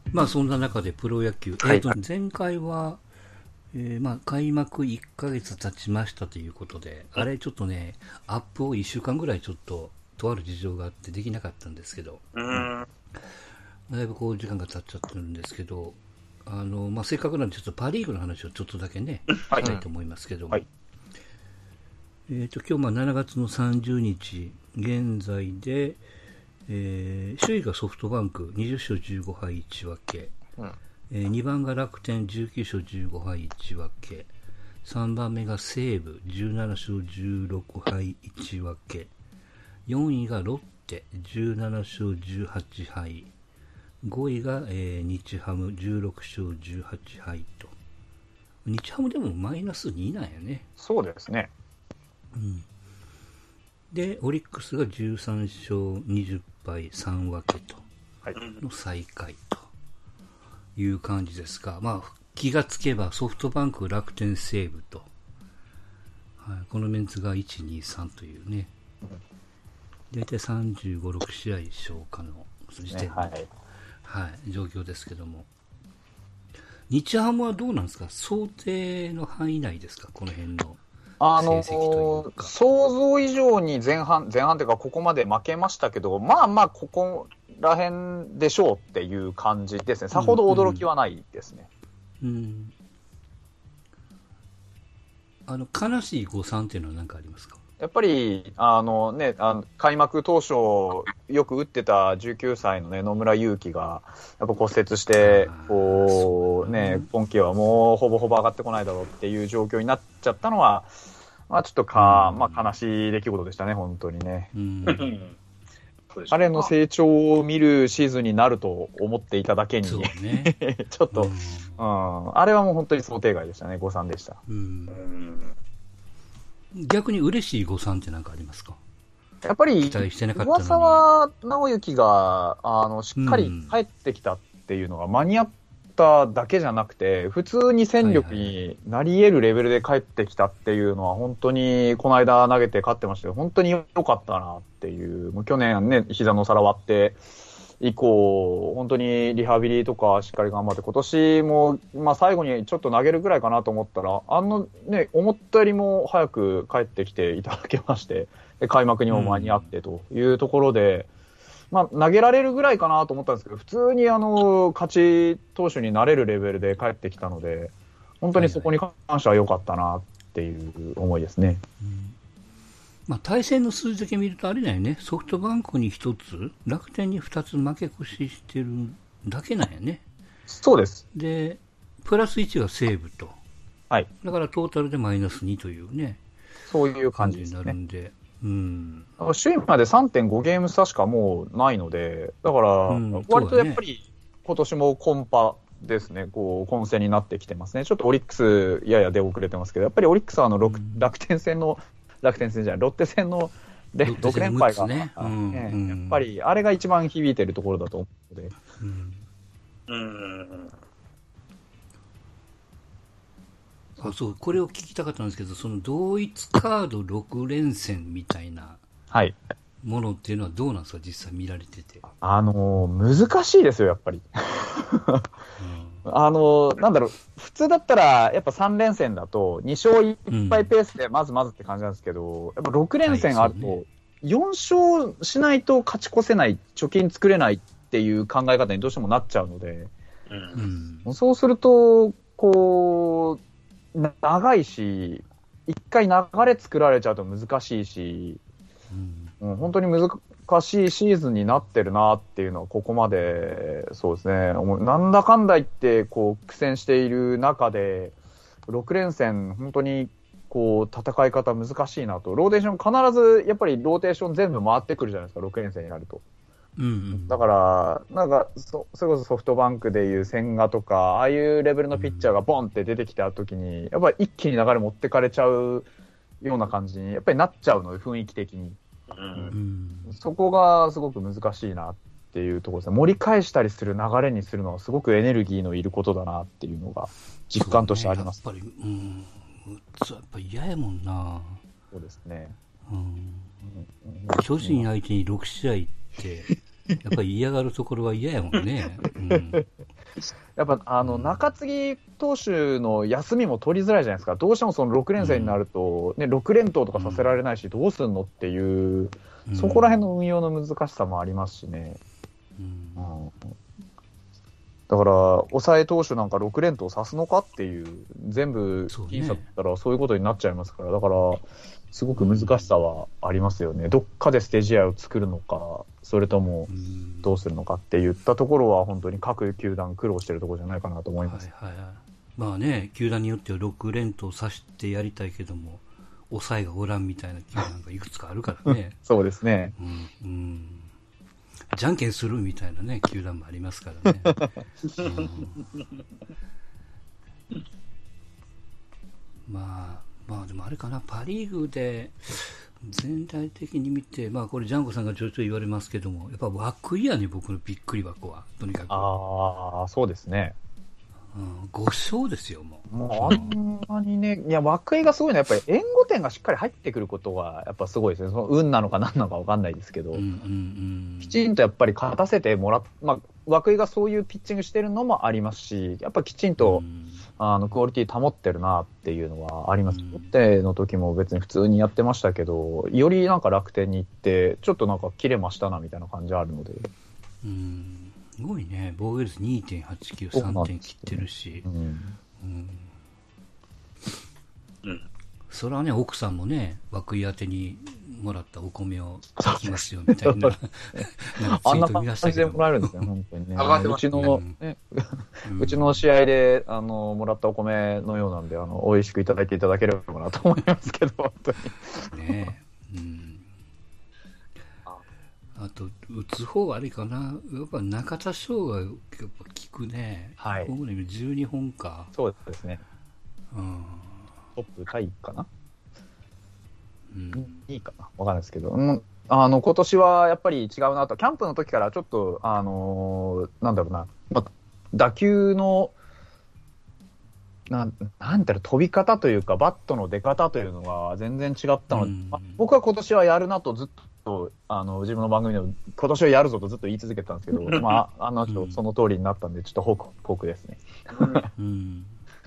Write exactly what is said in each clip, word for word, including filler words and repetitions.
まあそんな中でプロ野球、 はい。 えーと、前回は、えーまあ開幕いっかげつ経ちましたということで、あれちょっとね、アップをいっしゅうかんぐらいちょっと、とある事情があってできなかったんですけど、 うん。 だいぶこう時間が経っちゃってるんですけど、あの、まあせっかくなんでちょっとパリーグの話をちょっとだけね、 はい。 したいと思いますけども、 はい。 えーと、今日まあしちがつのさんじゅうにち、現在で、えー首位がソフトバンクにじゅっしょうじゅうごはいいち分け、 うん。 えーにばんが楽天じゅうきゅうしょうじゅうごはいいち分け、さんばんめが西武じゅうななしょうじゅうろくはいいち分け、よんいがロッテじゅうななしょうじゅうはちはい、ごいが、えー日ハムじゅうろくしょうじゅうはちはいと。日ハムでもマイナスになんやね。 そうですね。 で、オリックスがじゅうさんしょうにじゅっぱいさん分けとはい。 の最下位という感じですが、まあ、気がつけばソフトバンク、楽天、西武と、はい、このメンツがいち、に、さんというね、大体さんじゅうご、ろくしあい消化の時点ね。 の、 はい。 はい、状況ですけども、日ハムはどうなんですか、想定の範囲内ですか、この辺のあの成績というーか。 想像以上に前半、前半というか、ここまで負けましたけど、まあまあ、ここら辺でしょうっていう感じですね。さほど驚きはないですね。 うん、うん、あの悲しい誤算っていうのは何かありますか。 やっぱり、あのね、あの開幕当初、よく打ってたじゅうきゅうさいのね、野村祐希が、やっぱ骨折して、こうね、今季はもうほぼほぼ上がってこないだろうっていう状況になっちゃったのは、まあちょっとか、まあ悲しい出来事でしたね、本当にね。 うん、 彼の成長を見るシーズンになると思っていただけに、 そうね。 ちょっと、 うん、 うん、あれはもう本当に想定外でしたね、誤算でした。 うん、逆に嬉しい誤算って何かありますか。 やっぱり、 期待してなかった上のに。 沢直之が、あの、しっかり帰ってきたっていうのが間に合っただけじゃなくて、普通に戦力になり得るレベルで帰ってきたっていうのは、本当に、この間投げて勝ってましたけど、本当に良かったなっていう、もう去年ね、膝の皿割って、以降、本当にリハビリとかしっかり頑張って、今年も、まあ最後にちょっと投げるぐらいかなと思ったら、あのね、思ったよりも早く帰ってきていただけまして、で開幕にも間に合ってというところで、うん、まあ投げられるぐらいかなと思ったんですけど、普通にあの、勝ち投手になれるレベルで帰ってきたので、本当にそこに関しては良かったなっていう思いですね。はいはい、 うん、まあ、対戦の数字だけ見るとあれだよね、ソフトバンクにひとつ、楽天にふたつ負け越ししてるだけなんやね。 そうです。 で、プラスいちが西武と。 はい。 だからトータルでマイナスにというね、 そういう感じ感じにですね。 なるんで。うん。 首位まで さんてんご ゲーム差しかもうないので、だから、割とやっぱり今年もコンパですね、こう、混戦になってきてますね。ちょっとオリックス、やや出遅れてますけど、やっぱりオリックスはあの、うん、楽天戦の、楽天戦じゃない、ロッテ戦のろく連敗が、ねうんねうん、やっぱりあれが一番響いてるところだと思うので。うんうんあ、そう、これを聞きたかったんですけど、その同一カードろく連戦みたいなものっていうのはどうなんですか、実際見られてて。 あのー、難しいですよ、やっぱり。うん、あのー、なんだろう、普通だったら、やっぱさん連戦だと、に勝いっぱいペースでまずまずって感じなんですけど、うん、やっぱろく連戦あると、よん勝しないと勝ち越せない、貯金作れないっていう考え方にどうしてもなっちゃうので、うん、そうすると、こう、長いし、一回流れ作られちゃうと難しいし、うんうん、本当に難しいシーズンになってるなっていうのはここまで、そうですね、なんだかんだ言ってこう苦戦している中で、ろく連戦本当にこう戦い方難しいなと、ローテーション必ずやっぱりローテーション全部回ってくるじゃないですか、ろく連戦になると。うんうん、だから、なんかそ、それこそソフトバンクでいう千賀とか、ああいうレベルのピッチャーがボンって出てきたときに、やっぱり一気に流れ持ってかれちゃうような感じに、やっぱりなっちゃうので、雰囲気的に。うんうん、そこがすごく難しいなっていうところですね。盛り返したりする流れにするのはすごくエネルギーのいることだなっていうのが実感としてあります。 そうね、やっぱり、うん、やっぱ嫌やもんな。 そうですね。 うん、巨人相手にろく試合って、やっぱり嫌がるところは嫌やもんね。うん、 やっぱあの中継ぎ投手の休みも取りづらいじゃないですか。どうしてもそのろく連戦になると、ね、ろく連投とかさせられないし、どうすんのっていう、そこら辺の運用の難しさもありますしね。うん、だから、抑え投手なんかろく連投さすのかっていう、全部僅差だったらそういうことになっちゃいますから、だから、すごく難しさはありますよね。どっかでステージ試合を作るのか、それともどうするのかっていったところは、本当に各球団苦労してるところじゃないかなと思います。 はいはいはい、まあね、球団によってはろく連投させてやりたいけども、抑えがおらんみたいな球団がいくつかあるからね。 そうですね。 うんうんじゃんけんするみたいなね、球団もありますからね。うん、まあ、まあでもあれかな、パ・リーグで全体的に見て、まあこれジャンゴさんがちょいちょい言われますけども、やっぱ涌井やね、僕のびっくり箱は、とにかく。 ああ、そうですね。 うん、ご勝ですよ、もう。 もうあんなにね、いや、涌井がすごいのは、やっぱり援護点がしっかり入ってくることが、やっぱすごいですね。その運なのか何なのか分かんないですけど、 うんうんうん、 きちんとやっぱり勝たせてもらっ、まあ、涌井がそういうピッチングしてるのもありますし、やっぱきちんと、うん、あのクオリティ保ってるなっていうのはあります。ロッテの時も別に普通にやってましたけど、よりなんか楽天に行って、ちょっとなんか切れましたなみたいな感じあるので。 うんすごいね、防御率 にてんはちきゅう、さんてん切ってるし、うんうんうん、それはね、奥さんもね、涌井宛てにもらったお米を炊きますよみたいな、なんかツイート見ましたけど、あんな感じでもらえるんですね、本当にね。うちの、ねうん、うちの試合であのもらったお米のようなんで、あの美味しくいただいていただければなと思いますけど、本当に。ねえ。うんあと、打つ方はあれかな、やっぱ中田翔がやっぱ効くね、はい、ホームランじゅうにほんか。 そうですね。うん、トップタイかな、うん、いいかな、わかんないですけど、うん、あの今年はやっぱり違うなと、キャンプの時からちょっと、あのー、なんだろうな、まあ、打球の、なんなんだろう、飛び方というか、バットの出方というのが全然違ったので、うんまあ、僕は今年はやるなとずっと。あの自分の番組でも今年はやるぞとずっと言い続けてたんですけど、まあ、あの人、その通りになったんで、ちょっとホクホクですね。うん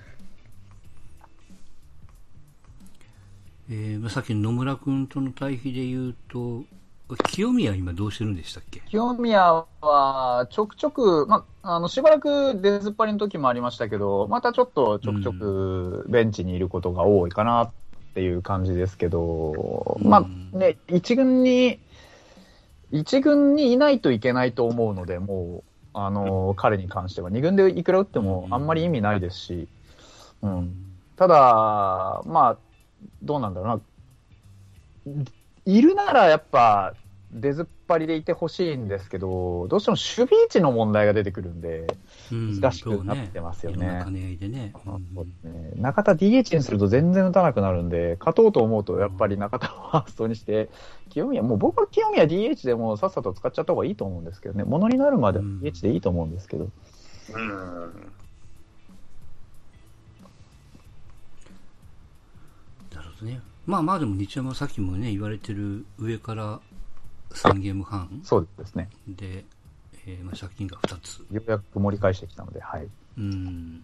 えー、さっきの野村君との対比で言うと、清宮は今どうしてるんでしたっけ？ 清宮はちょくちょく、まあ、あのしばらく出ずっぱりの時もありましたけど、またちょっとちょくちょくベンチにいることが多いかなっていう感じですけど、うん、まあね、一軍に、一軍にいないといけないと思うので、もう、あのー、彼に関しては、二軍でいくら打ってもあんまり意味ないですし、うん。ただ、まあ、どうなんだろうな。いるならやっぱ、出ずっぱりでいてほしいんですけど、どうしても守備位置の問題が出てくるんで、難しくなってますよね。うん、ね、いろんな兼ね合いでね。うん、ね中田 ディーエイチ にすると全然打たなくなるんで、勝とうと思うとやっぱり中田をファーストにして、清宮、もう僕は清宮 ディーエイチ でもさっさと使っちゃった方がいいと思うんですけどね、ものになるまで ディーエイチ でいいと思うんですけど。うん。なるほどね。まあまあでも日山はさっきもね、言われてる上からさんゲーム半そうですね。 で、えーまあ、借金がふたつ。 ようやく盛り返してきたので、はい。 うん、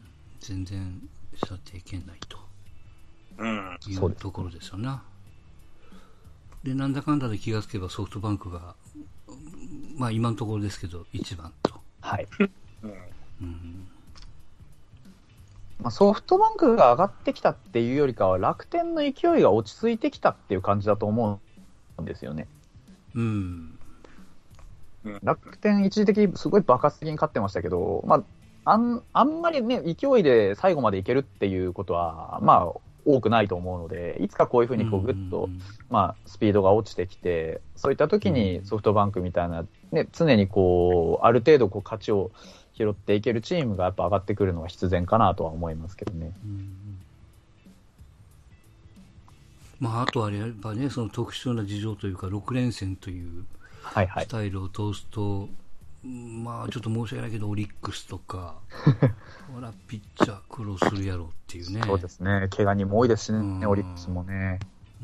全然射程圏内と、うん、いうところですよな。で、なんだかんだで気がつけばソフトバンクが、まあ今のところですけど、いちばんと。 はい。うんまあ、ソフトバンクが上がってきたっていうよりかは、楽天の勢いが落ち着いてきたっていう感じだと思うんですよね。うん。楽天一時的にすごい爆発的に勝ってましたけど、まあ、あん、あんまりね、勢いで最後までいけるっていうことは、まあ、多くないと思うので、いつかこういうふうにこうぐっと、まあ、スピードが落ちてきて、そういった時にソフトバンクみたいな、ね、常にこう、ある程度こう勝ちを拾っていけるチームがやっぱ上がってくるのが必然かなとは思いますけどね。うんまあ、あとあればね、その特殊な事情というか、ろく連戦というスタイルを通すと、はいはい、まあ、ちょっと申し訳ないけど、オリックスとか、ほら、ピッチャー苦労するやろうっていうね。 そうですね、怪我人も多いですしね、うん、オリックスもね。うん、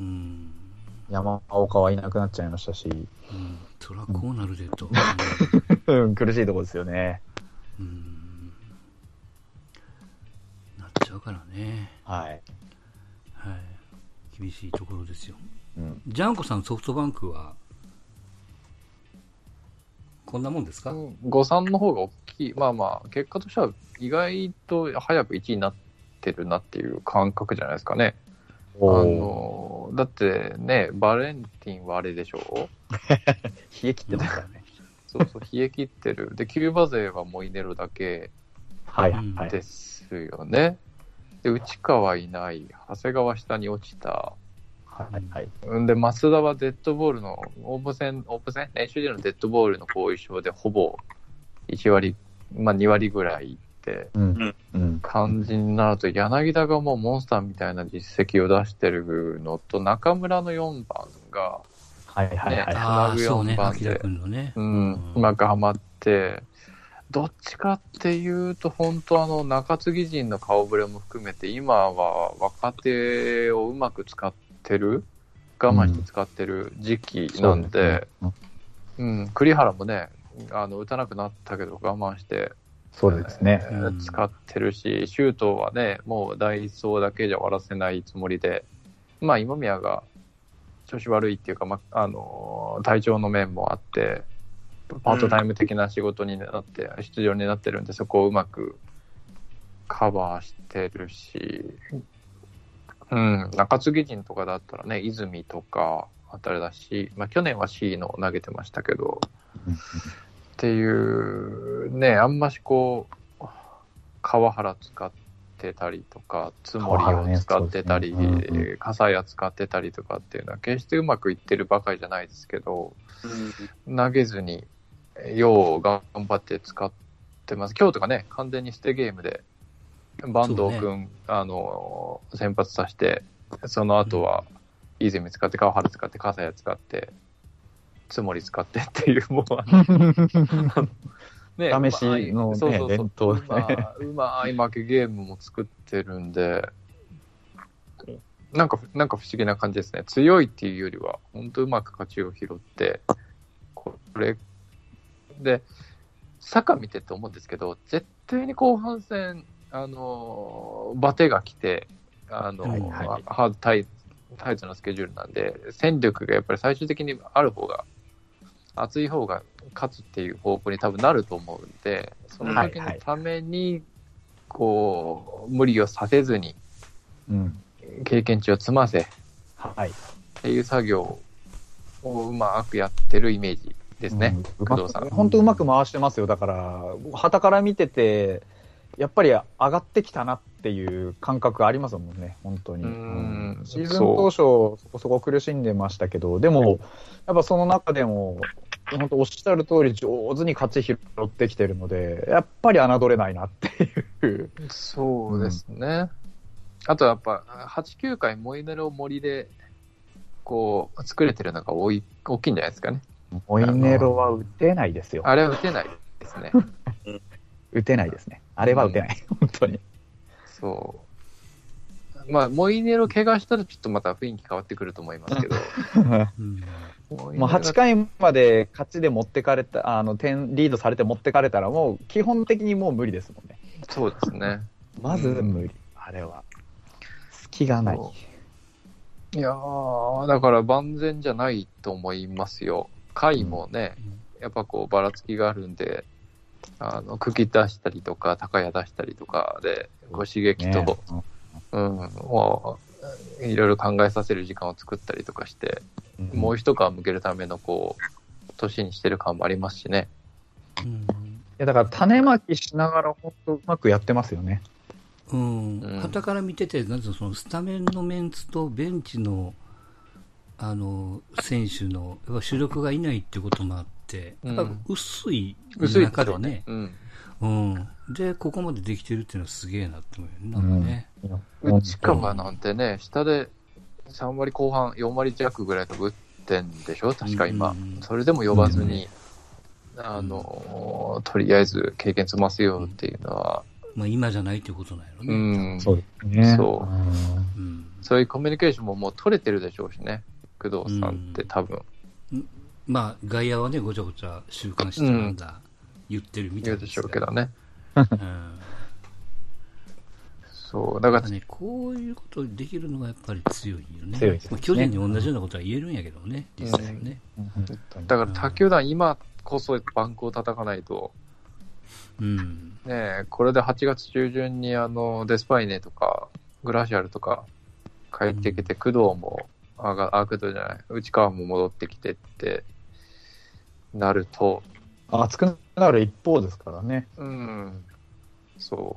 山岡はいなくなっちゃいましたし。うん、 そりゃこうなるでと。 うん、苦しいところですよね。うんからね。 はい。 はい。厳しいところですよ。 うん、 ジャンコさん、ソフトバンクは、こんなもんですか？ うん、ごさんの方が大きい。まあまあ、結果としては意外と早くいちいになってるなっていう感覚じゃないですかね。あの、だってね、バレンティンはあれでしょ冷え切ってたからね。 そうそう、冷え切ってる。で、キューバ勢はモイネロだけですよね。で、内川いない。長谷川下に落ちた。 はいはい。 で、増田はデッドボールの、オープン戦、オープン戦練習でのデッドボールの後遺症でほぼいち割、まあに割ぐらいいって感じになると、柳田がもうモンスターみたいな実績を出してるのと、中村のよんばんが、 はいはいはい。 つなぐよんばんで、うん、うまくはまって、どっちかっていうと、本当あの、中継ぎ陣の顔ぶれも含めて、今は若手をうまく使ってる、我慢して使ってる時期なんで、うん、うん、栗原もね、あの、打たなくなったけど我慢して、 そうですね、 えー、使ってるし、シュートはね、もうダイソーだけじゃ終わらせないつもりで、まあ、今宮が調子悪いっていうか、まあ、あの、体調の面もあって、パートタイム的な仕事になって、うん、出場になってるんで、そこをうまくカバーしてるし、うん、中継ぎ陣とかだったらね、泉とかあたりだし、まあ去年は C の投げてましたけど、っていうね、あんましこう、川原使ってたりとか、つもりを使ってたり、笠谷使ってたりとかっていうのは決してうまくいってるばかりじゃないですけど、うん、投げずに、よう頑張って使ってます。今日とかね、完全に捨てゲームで、坂東くん、ね、あの、先発させて、その後は、泉使って、川原使って、笠谷使って、つもり使ってっていう、もうあの、 ね、試しのね、そうそうそう伝統で、ね、うまい負けゲームも作ってるんで、なんか、なんか不思議な感じですね。強いっていうよりは、本当うまく勝ちを拾って、これ、で、サッカー見てて思うんですけど、絶対に後半戦、あの、バテが来て、あの、はいはい、ハードタイ、タイトなスケジュールなんで、戦力がやっぱり最終的にある方が、熱い方が勝つっていう方向に多分なると思うんで、その時のために、こう、無理をさせずに、経験値を積ませ、 はい、 っていう作業をうまくやってるイメージですね、 うん、工藤さん。本当うまく回してますよ。だから、旗から見てて、やっぱり上がってきたなっていう感覚ありますもんね、本当に。うん、シーズン当初、そこそこ苦しんでましたけど、でも、やっぱその中でも、本当おっしゃる通り、上手に勝ち拾ってきてるので、やっぱり侮れないなっていう。 そうですね。うん、あとやっぱ、はち、きゅうかいモイネロ森で、こう、作れてるのが多い、大きいんじゃないですかね。 モイネロは打てないですよ。 あれは打てないですね。 打てないですね。あれは打てない。うん、本当に。 そう。まあ、モイネロ怪我したらちょっとまた雰囲気変わってくると思いますけど。 うんもうはちかいまで勝ちで持ってかれた、あの点リードされて持ってかれたらもう基本的にもう無理ですもんね。 そうですね。 まず無理、うん、あれは。隙がない。 いやー、だから万全じゃないと思いますよ。回もね、うん、やっぱこうばらつきがあるんで、あの、茎出したりとか、高谷出したりとかで、ご刺激と、ね、うん、もう、いろいろ考えさせる時間を作ったりとかして、うん、もう一皮向けるための、こう、年にしてる感もありますしね。 うん、いや、だから種まきしながら、本当うまくやってますよね。 うん。傍から見てて、なんていうの、そのスタメンのメンツとベンチの、あの、選手の、やっぱ主力がいないっていうこともあって、やっぱ薄い中でね、うんうん。で、ここまでできてるっていうのはすげえなって思うよね。なんかね。 うん、内川なんてね、下でさん割後半、よん割弱ぐらいと打ってんでしょ確か今。うん、それでも呼ばずに、うん、あの、とりあえず経験積ませようっていうのは。 うん、まあ今じゃないっていうことなんやろね。 うん。 そうですね。 そう。うん。そういうコミュニケーションももう取れてるでしょうしね。工藤さんって多分。 うん、まあ外野はね、ごちゃごちゃ週刊誌なんだ。うん言ってるみたいでしょうけどね。 うん、 そう、だからね、こういうことできるのがやっぱり強いよね。 強いですねまあ、巨人に同じようなことは言えるんやけどね、実際はね。 だから他球団今こそバンクを叩かないと、 うん。 ねえ、これではちがつ中旬にあの、デスパイネとか、グラシアルとか帰ってきて、工藤も、あが、あ、工藤じゃない、内川も戻ってきてってなると、 熱くなる一方ですからね。 うん、そう、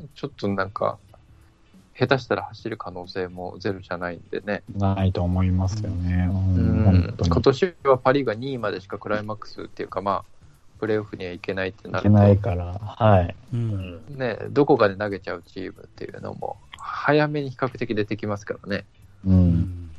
ちょっとなんか、下手したら走る可能性もゼロじゃないんでね。 ないと思いますよね。 ううんん、 本当に今年はパ・リーグがにいまでしかクライマックスっていうか、まあ、プレーオフにはいけないってないるけと、 ないから、はい。 うん。 ね、どこかで投げちゃうチームっていうのも、早めに比較的出てきますからね。 う。 うんん。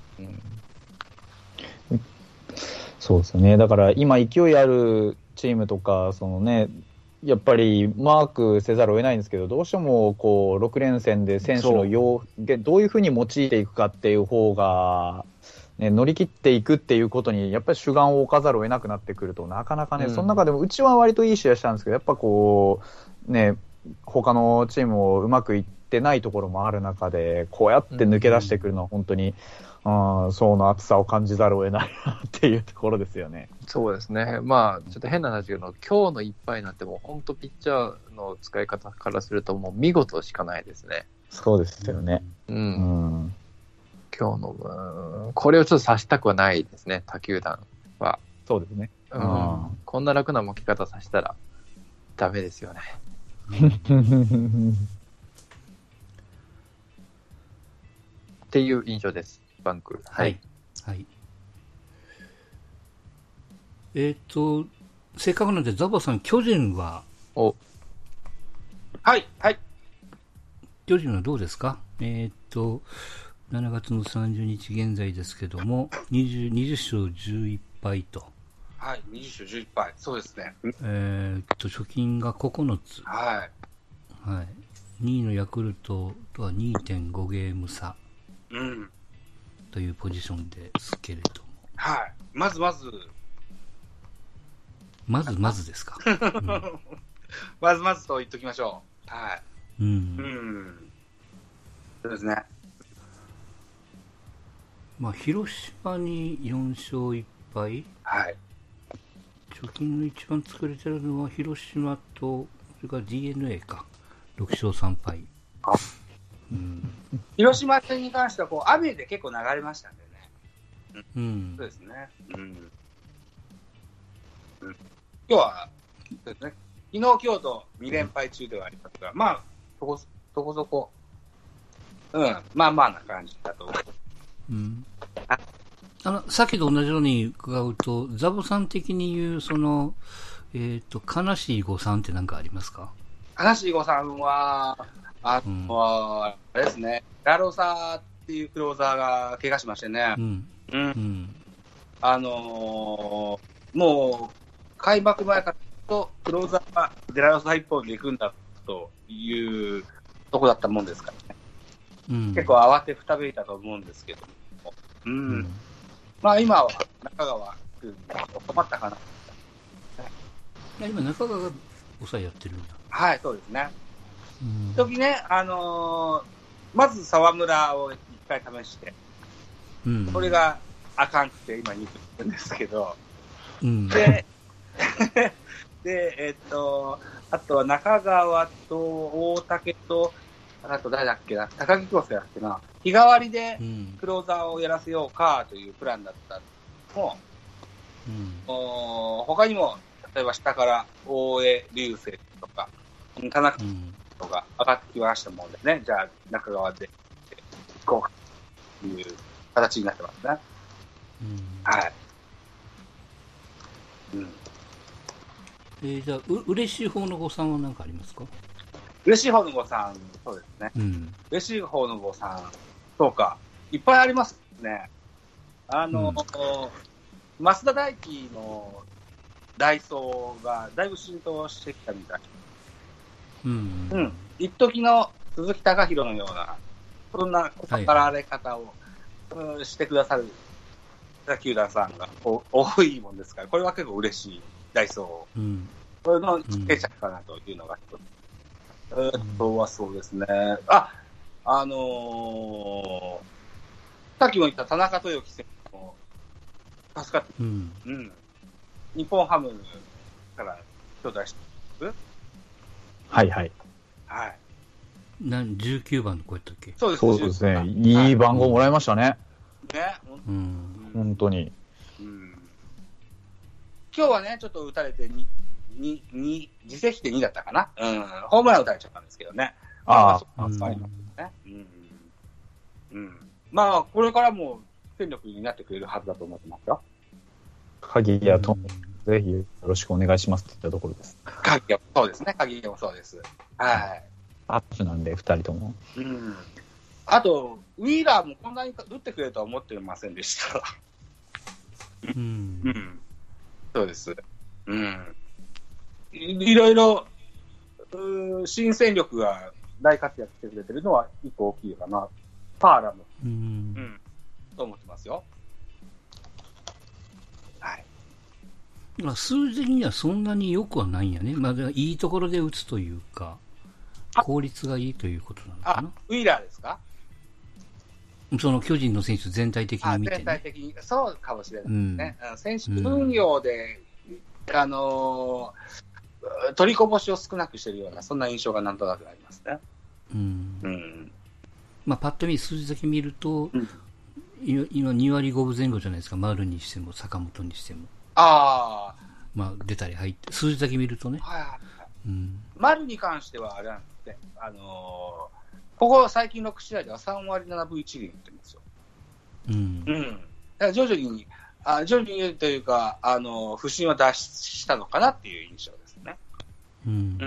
うん、 そうですよね。だから今勢いあるチームとか、そのね、やっぱりマークせざるを得ないんですけど、どうしてもこうろく連戦で選手の要どういうふうに用いていくかっていう方が、ね、乗り切っていくっていうことにやっぱり主眼を置かざるを得なくなってくると、なかなかね、 うん、 その中でもうちは割といい試合したんですけど、やっぱこうね、他のチームもうまくいってないところもある中で、こうやって抜け出してくるのは本当に、うん、層の厚さを感じざるを得ないなっていうところですよね。 そうですね。まあ、ちょっと変な話だけど、今日の一杯なんてもう本当ピッチャーの使い方からするともう見事しかないですね。 そうですよね。 うん。 うん、 今日の、うん、これをちょっとさしたくはないですね、他球団は。 そうですね。 うん。こんな楽な持き方させたらダメですよね。っていう印象です、バンク。 はい。はい。えっ、と、せっかくなんで、ザボさん、巨人は、 お、 はい、はい。 巨人はどうですか？えっ、と、しちがつのさんじゅうにち現在ですけども、にじゅう、にじゅっしょうじゅういっぱいと。 はい、にじゅっしょうじゅういっぱい。そうですね。 えっ、と、貯金がここのつ。 はい。 はい。にいのヤクルトとは にてんご ゲーム差うん。 というポジションですけれども。 はい。まずまず、 まずまずですか。うん、 まずまずと言っときましょう。はい。 うん。 うん。そうですね。 まあ、広島によんしょういっぱい。 はい。 貯金の一番作れてるのは広島と、それから ディーエヌエー か。ろくしょうさんぱい。うん、 広島戦に関しては、こう、雨で結構流れましたんでね。 うん。 そうですね。うん。うん、今日は、そうですね。昨日、今日とに連敗中ではありますが、まあ、そこ、そこそこ、うん、まあまあな感じだと思う。 うん。あの、さっきと同じように伺うと、ザボさん的に言う、その、えっ、と、悲しい誤算って何かありますか？ 悲しい誤算は、あの、うん、あれですね、ラロサっていうクローザーが怪我しましてね。 うん。 うん。 うん、 あのー、もう、開幕前からとクローザーはデラロサ一本で行くんだというとこだったもんですからね。うん、結構慌てふためいたと思うんですけども。うん。うん、まあ今は中川君が困ったかな。 今中川が抑えやってるんだ。 はい、そうですね。うん、時ね、あのー、まず沢村を一回試して、うん、これがあかんって今言ってるんですけど、うん、で、で、えっと、あとは中川と大竹と、あと誰だっけな、高木京介だっけな、日替わりでクローザーをやらせようかというプランだったのも、うん、他にも、例えば下から大江流星とか、田中とか上がってきましたもんでね、うん、じゃあ中川で行こうかという形になってますね。うん、はい。 うん。えー、じゃあ、う、嬉しい方の誤算は何かありますか？ 嬉しい方の誤算、そうですね。うん。嬉しい方の誤算、そうか。いっぱいありますね。あの、うん、増田大輝のダイソーがだいぶ浸透してきたみたい。うん。うん。一時の鈴木貴弘のような、そんな語られ方を、はい、してくださる球団さんが多いもんですから、これは結構嬉しいダイソー。うん。これの経営者かなというのが一つ。 えー、っとはそうですね。あ、あのー、さっきも言った田中豊樹選手も助かって、うん、うん。日本ハムから招待してる。 はいはい。 はい。 なんじゅうきゅうばんの子やったっけ？ そうです、そうですね。いい番号もらいましたね。 ね、 うん、本当に、うん。 今日はね、ちょっと打たれてに、に、に、自責でにだったかな。うん。ホームラン打たれちゃったんですけどね。 ああ、 まあ、そうありますね。うん。うん。まあ、これからも戦力になってくれるはずだと思ってますよ。 鍵谷と、うん、ぜひよろしくお願いしますって言ったところです。 鍵谷もそうですね。鍵谷もそうです。はい。 アップなんで、二人とも。 うん。あと、ウィーラーもこんなに打ってくれるとは思ってませんでした。 うん。 うん。そうです。うん。い, いろいろ、新戦力が大活躍してくれてるのは一個大きいかな。パーラも。 うん。うん。 と思ってますよ。はい。 まあ、数字的にはそんなに良くはないんやね。まあ、いいところで打つというか。効率がいいということなのかな。 あ、ウィーラーですか？ その巨人の選手全体的に見て、ね、 全体的にそうかもしれないですね。うん、選手分業で、うん、あのー、取りこぼしを少なくしているようなそんな印象がなんとなくありますね。 うん。 うん、 まあパッと見数字だけ見ると、うん、今にわりごぶぜん後じゃないですか。丸にしても坂本にしても。 ああ。 まあ出たり入って数字だけ見るとね。 はいはいはい。 うん、 丸に関してはあれなんですね。あのー、ここ最近ろく試合ではさんわりななぶいちりん打ってるんですよ。 うん。 うん。だから徐々に、あ徐々にというか、あのー、不振は脱出したのかなっていう印象ですね。 うん。 うん。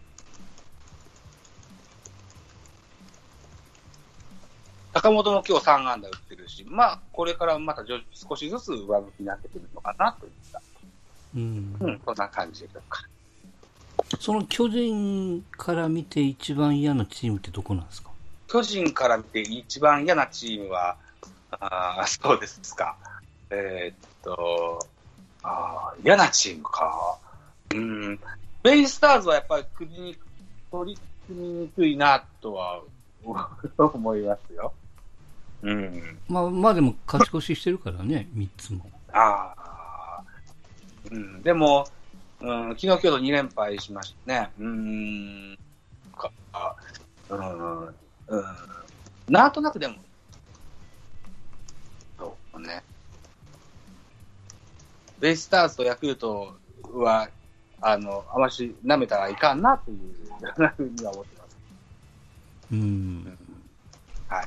坂本も今日さんあんだ打ってるし、まあ、これからまた少しずつ上向きになってくるのかなといった。 うん。 うん、そんな感じでしょうか。 その巨人から見て一番嫌なチームってどこなんですか？ 巨人から見て一番嫌なチームは、あそうですか。えー、っとあ、嫌なチームか。うん。ベイスターズはやっぱり国に取り組みにくいなとは思いますよ。うん。 まあ、まあでも勝ち越ししてるからね、みっつも。 ああ。うん。でも、うん、昨日、今日とにれんぱいしましたね。うーん。か、うん、うん。なんとなくでも、そうね。ベイスターズとヤクルトは、あの、あまし舐めたらいかんなというふうには思ってます。 うん。うん、 はい。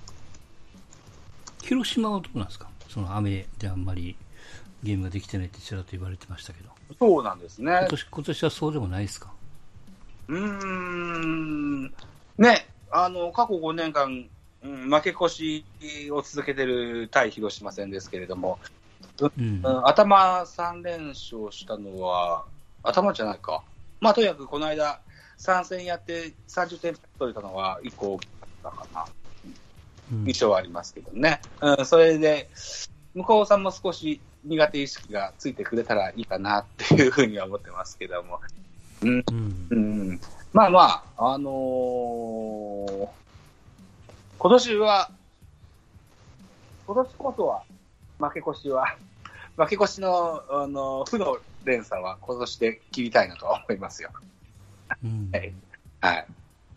広島はどうなんですか？その雨であんまりゲームができてないってちらっと言われてましたけど。 そうなんですね。 今年、今年はそうでもないですか？ うーん。ね、あの、過去ごねんかん、うん、負け越しを続けてる対広島戦ですけれども、うんうん、頭さんれんしょうしたのは、頭じゃないか。まあ、とにかくこの間、さんせんやってさんじゅってん取れたのは一個大きかったかな。うん、印象はありますけどね。うん、それで、向こうさんも少し苦手意識がついてくれたらいいかなっていうふうには思ってますけども。うんうんうん、まあまあ、あのー、今年は、今年こそは、負け越しは、負け越しの、あのー、負の連鎖は今年で切りたいなとは思いますよ。 うん、 はい。はい。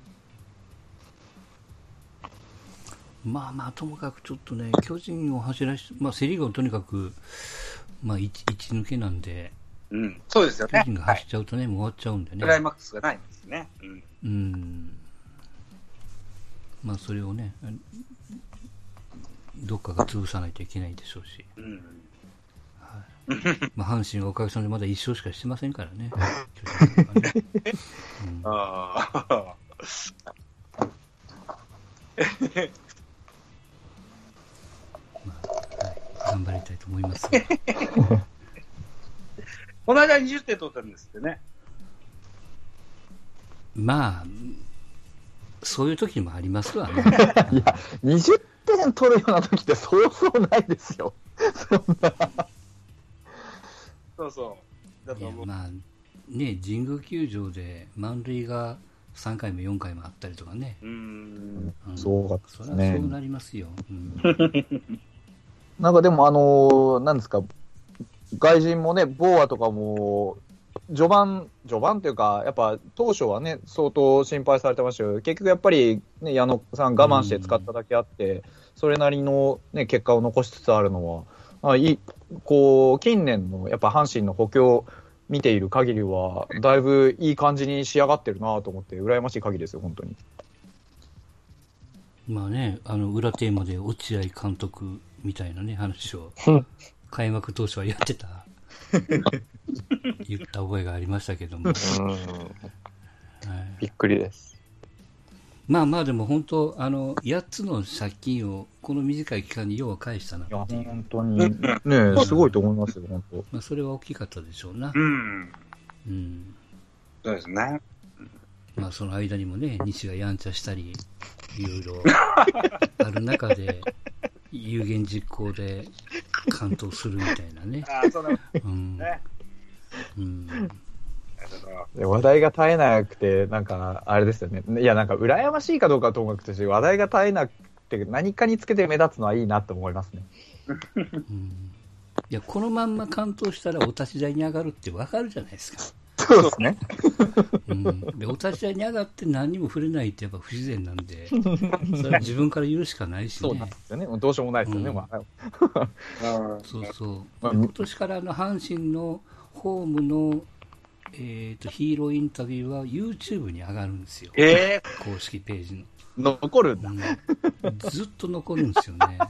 まあまあ、ともかくちょっとね、巨人を走らし、まあ、セ・リーグはとにかく、まあ、一抜けなんで、 うん、そうですよね。 巨人が走っちゃうとね、はい、もう終わっちゃうんでね。 クライマックスがないんですね。うん。 うん。まあ、それをね、どっかが潰さないといけないでしょうし。 うん。 はい。まあ、阪神はおかげさまでまだいっしょうしかしてませんからね。巨人はね。 うん、ああ。 まあ、はい、頑張りたいと思います。 この間にじゅってん取ったんですってね。 まあ、そういう時もありますわね。 いや、にじゅってん取るような時ってそうそうないですよ。そんな。 そうそう。だと思う。 まあ、ね、神宮球場で満塁がさんかいもよんかいもあったりとかね。 うん。 うん、そうですね。 そりゃそうなりますよ。うん、 なんかでも、あのー、なんですか、外人もね、ボーアとかも、序盤、序盤というか、やっぱ当初はね、相当心配されてましたけど、結局やっぱり、ね、矢野さん我慢して使っただけあって、うん、それなりの、ね、結果を残しつつあるのは、あいいこう近年のやっぱ阪神の補強を見ている限りは、だいぶいい感じに仕上がってるなと思って、羨ましい限りですよ、本当に。 まあね、あの裏テーマで落合監督みたいなね、話を開幕当初はやってた。言った覚えがありましたけども、うん、はい、 びっくりです。 まあまあでも本当あのやっつの借金をこの短い期間によう返したなっていう。 いや本当にねすごいと思いますよ本当。 まあそれは大きかったでしょうな。 うん。 うん。 そうですね。 まあその間にもね西がやんちゃしたりいろいろある中で有言実行で完投するみたいなね。 ああそうだね。 うん。ねうん、 話題が絶えなくて、なんか、あれですよね。いや、なんか、羨ましいかどうかはともかくとして、話題が絶えなくて、何かにつけて目立つのはいいなと思いますね。 うん、いや、このまんま完投したらお立ち台に上がるってわかるじゃないですか。 そうですね。 うん、でお立ち台に上がって何にも触れないってやっぱ不自然なんで、それは自分から言うしかないしね。 そうなんですよね。どうしようもないですよね。うんまあ、 そうそう。今年からの阪神のホームの、えー、とヒーローインタビューは YouTube に上がるんですよ、 えー、公式ページの残るんだ、 うん、ずっと残るんですよね、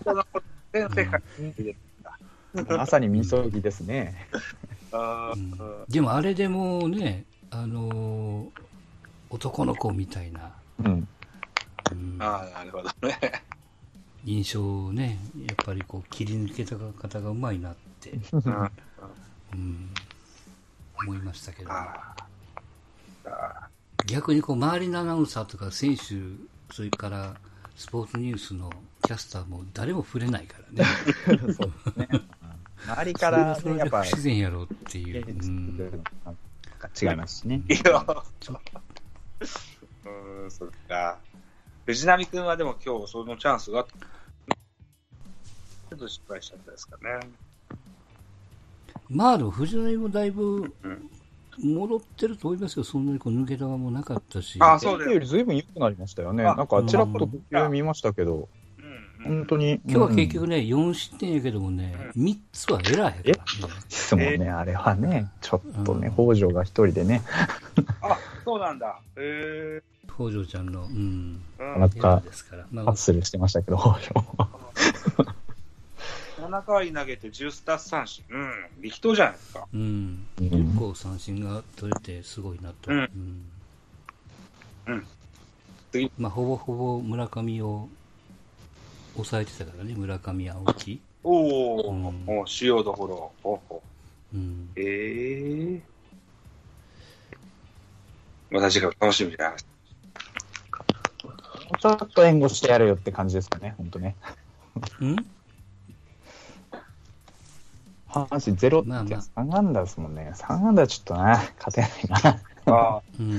うん、まさにみそぎですね、 うん、でもあれでもね、あのー、男の子みたいな、 うんうん、ああなるほどね印象をねやっぱりこう切り抜けた方がうまいなって、うんうん思いましたけど、逆にこう周りのアナウンサーとか選手、それからスポーツニュースのキャスターも誰も触れないからね。 そうですね。周りから、ね、 それはそれで不自然やろっていう。うん、 違いますしね。 いや、うん、そっか。藤波君はでも今日そのチャンスがちょっと失敗しちゃったですかね。 まあでも藤波もだいぶ戻ってると思いますよ。そんなにこう抜け球もなかったし。 ああ、そうですよりずいぶん良くなりましたよね。なんかちらっと見ましたけど、うん、本当に。 今日は結局ね、よん失点やけどもね、うん、みっつはエラーやからね。 ですもんね、えー、あれはね、ちょっとね、北条が一人でね。 あ、そうなんだ。へえー。 北条ちゃんの、うん。 なんか、ハッスルしてましたけど、北条。 ななかい投げてじゅう奪三振。うん。力投じゃないですか。 うん。結構三振が取れてすごいなと。うん。うん。うん、次。まあ、ほぼほぼ村上を抑えてたからね、村上青木。 おお、うん、お主要どころ。おお。 うん。 ええー。私が楽しみじゃないですか。 ちょっと援護してやるよって感じですかね、本当ね。 うん阪神ゼロってさん安打ですもんね。さん安打はちょっとな、勝てないな。 ああ。 うん。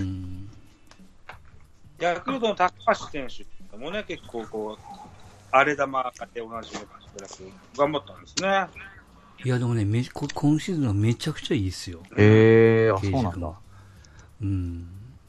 ヤクルトの高橋選手もね、結構こう、荒れ玉で同じようなプラス頑張ったんですね。 いや、でもね、め今シーズンはめちゃくちゃいいですよ。 へえー、あ、そうなんだ。 うん。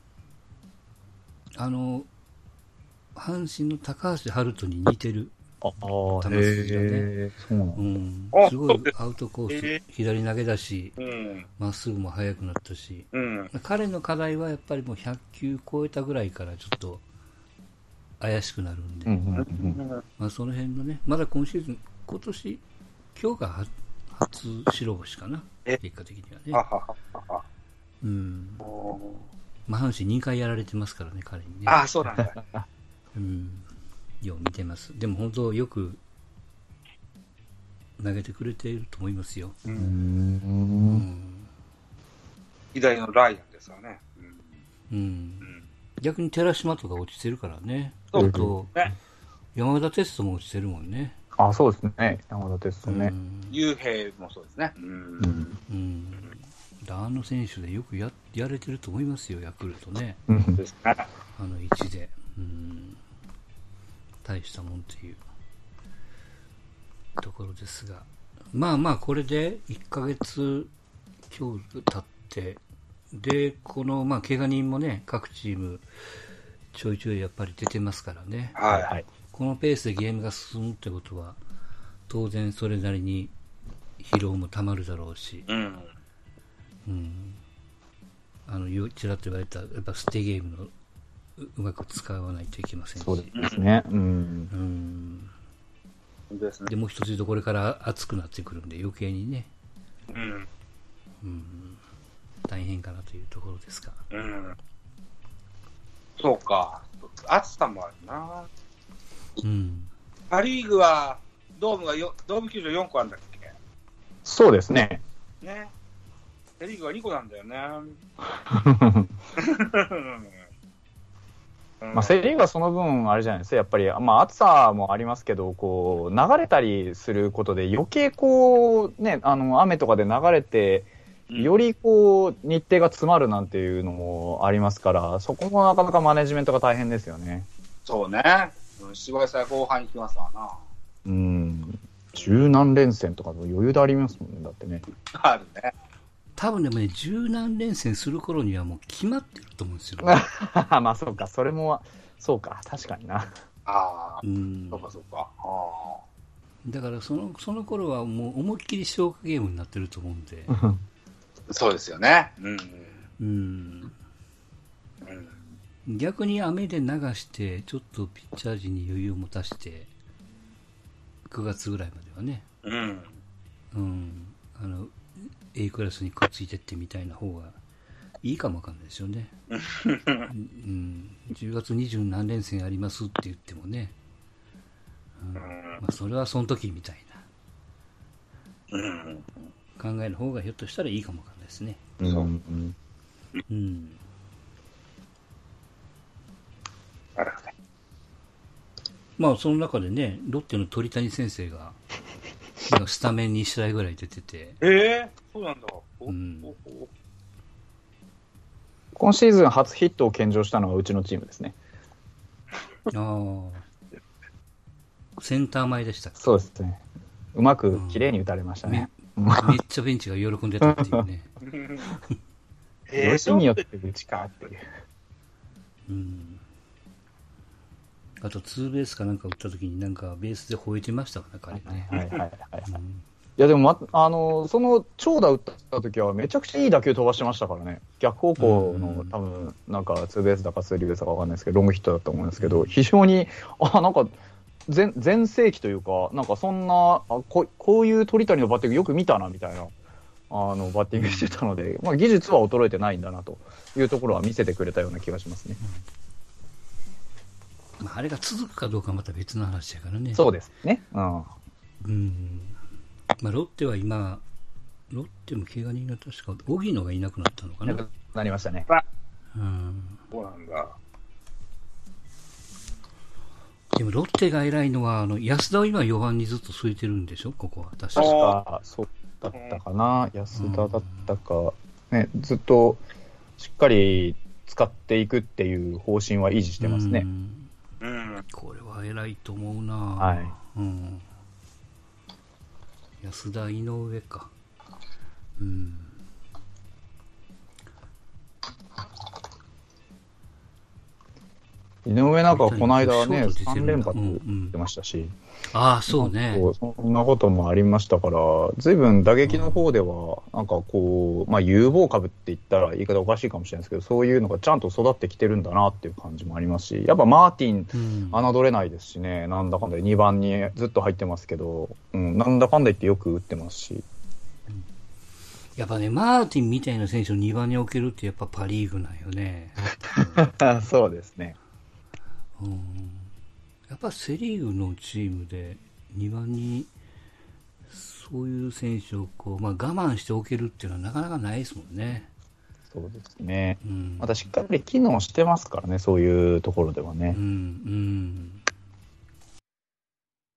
あの、阪神の高橋遥人に似てる。 ああ、球筋がね、そうなん、 うん、すごいアウトコース、えー、左投げだし、ま、うん、っすぐも速くなったし、 うん、 彼の課題はやっぱりもうひゃっ球超えたぐらいからちょっと怪しくなるんで、 うんうんうんまあ、その辺のね、まだ今シーズン、今年、今日が初白星かな、結果的にはね。 はははうん、まあ、阪神にかいやられてますからね、彼にね。 ああ、そうなんだ。 うんよう見てます。でも本当よく投げてくれていると思いますよ。 うん。うん偉大のライアンですからね。 うん。うん、逆に寺島とか落ちてるからね。そうと、ね、山田哲人も落ちてるもんね。 あ、そうですね。山田哲人ね。 雄平もそうですね。うん。 うん。 あの選手でよく や, やれてると思いますよ、ヤクルトね。 うん。 あの位置で。うん。大したもんというところですが。まあまあ、これでいっかげつ今日経って、で、この、まあ、怪我人もね、各チーム、ちょいちょいやっぱり出てますからね。 はいはい。 このペースでゲームが進むってことは、当然それなりに疲労もたまるだろうし、 うん。 うん。あの、よちらっと言われた、やっぱステゲームのううまく使わないといけませんし。 そうですね。うん。 うん。 ですね。 で、もう一つ言うと、これから暑くなってくるんで、余計にね、 うん。 うん、大変かなというところですが。 うん。そうか。暑さもあるな。 うん。 パ・リーグはドームがよドーム球場よんこあるんだっけ？ そうですね。 ね。セ・リーグはにこなんだよね。 まあ、セ・リーグはその分、あれじゃないですか、やっぱり、まあ、暑さもありますけど、こう流れたりすることで、余計こう、ね、あの雨とかで流れて、よりこう日程が詰まるなんていうのもありますから、そこもなかなかマネジメントが大変ですよね。 そうね。芝居さ後半に来ますわな。 うん。十何連戦とかの余裕でありますもんね、だってね。 あるね。 多分でもね、十何連戦する頃にはもう決まってると思うんですよ。 まあそうか、それも、そうか、確かにな。 ああ、 うん。 そうかそうか。あだからその、その頃はもう思いっきり消化ゲームになってると思うんで。 そうですよね。うん。 うん。うん、逆に雨で流して、ちょっとピッチャー陣に余裕を持たして、くがつぐらいまではね。 うん。 うん。あの、A クラスにくっついてってみたいな方がいいかもわかんないですよね。うん、じゅうがつにじゅう何連戦ありますって言ってもね、うんまあ、それはその時みたいな、うん、考えの方がひょっとしたらいいかもわかんないですね。 うんうんうん、 なるほど。 まあその中でね、ロッテの鳥谷先生がスタメンに試合ぐらい出てて、 えー、そうなんだ。 うん、 今シーズン初ヒットを献上したのはうちのチームですね。 ああ、センター前でしたっけ？ そうですね。うまく綺麗に打たれましたね。 うん、め, めっちゃベンチが喜んでたっていうね。 よしによってうちかっていう。うん。 あとツーベースかなんか打った時になんかベースで吠えてましたからね、彼ね。 はいはいはい、はい。うん、いやでも、ま、あのその長打打った時はめちゃくちゃいい打球飛ばしてましたからね。逆方向の多分なんかツーベースだかスリーベースだかわかんないですけどロングヒットだと思うんですけど、非常にあなんか全全盛期というかなんかそんなあ こ, こういう鳥谷のバッティングよく見たなみたいなあのバッティングしてたので、まあ、技術は衰えてないんだなというところは見せてくれたような気がしますね。 まあ、あれが続くかどうかはまた別の話だからね。 そうですね。うん。 うんまあ、ロッテは今、ロッテも怪我人が確か、荻野がいなくなったのかな。ななりましたね。 うん。 そうなんだ。 でもロッテが偉いのは、あの安田を今よばんにずっと据えてるんでしょ、ここは。確か。 確か、そうだったかな。安田だったか、ね、ずっとしっかり使っていくっていう方針は維持してますね。うんうん、 これは偉いと思うな、 はいうん、安田井上か、うん、 井上なんかこの間ねさん連発出ましたし、うんうん、 ああそうね、 そんなこともありましたから、随分打撃の方ではなんかこう、まあ、有望株って言ったら言い方おかしいかもしれないですけど、そういうのがちゃんと育ってきてるんだなっていう感じもありますし、やっぱマーティン、侮れないですしね、なんだかんだにばんにずっと入ってますけど、うん、なんだかんだ言ってよく打ってますし、 やっぱねマーティンみたいな選手をにばんに置けるってやっぱパ・リーグなんよね。 そうですね、 うん、やっぱセ・リーグのチームでにばんにそういう選手をこう、まあ、我慢しておけるっていうのはなかなかないですもんね。 そうですね、 うん、 またしっかり機能してますからね、そういうところではね。 うんうん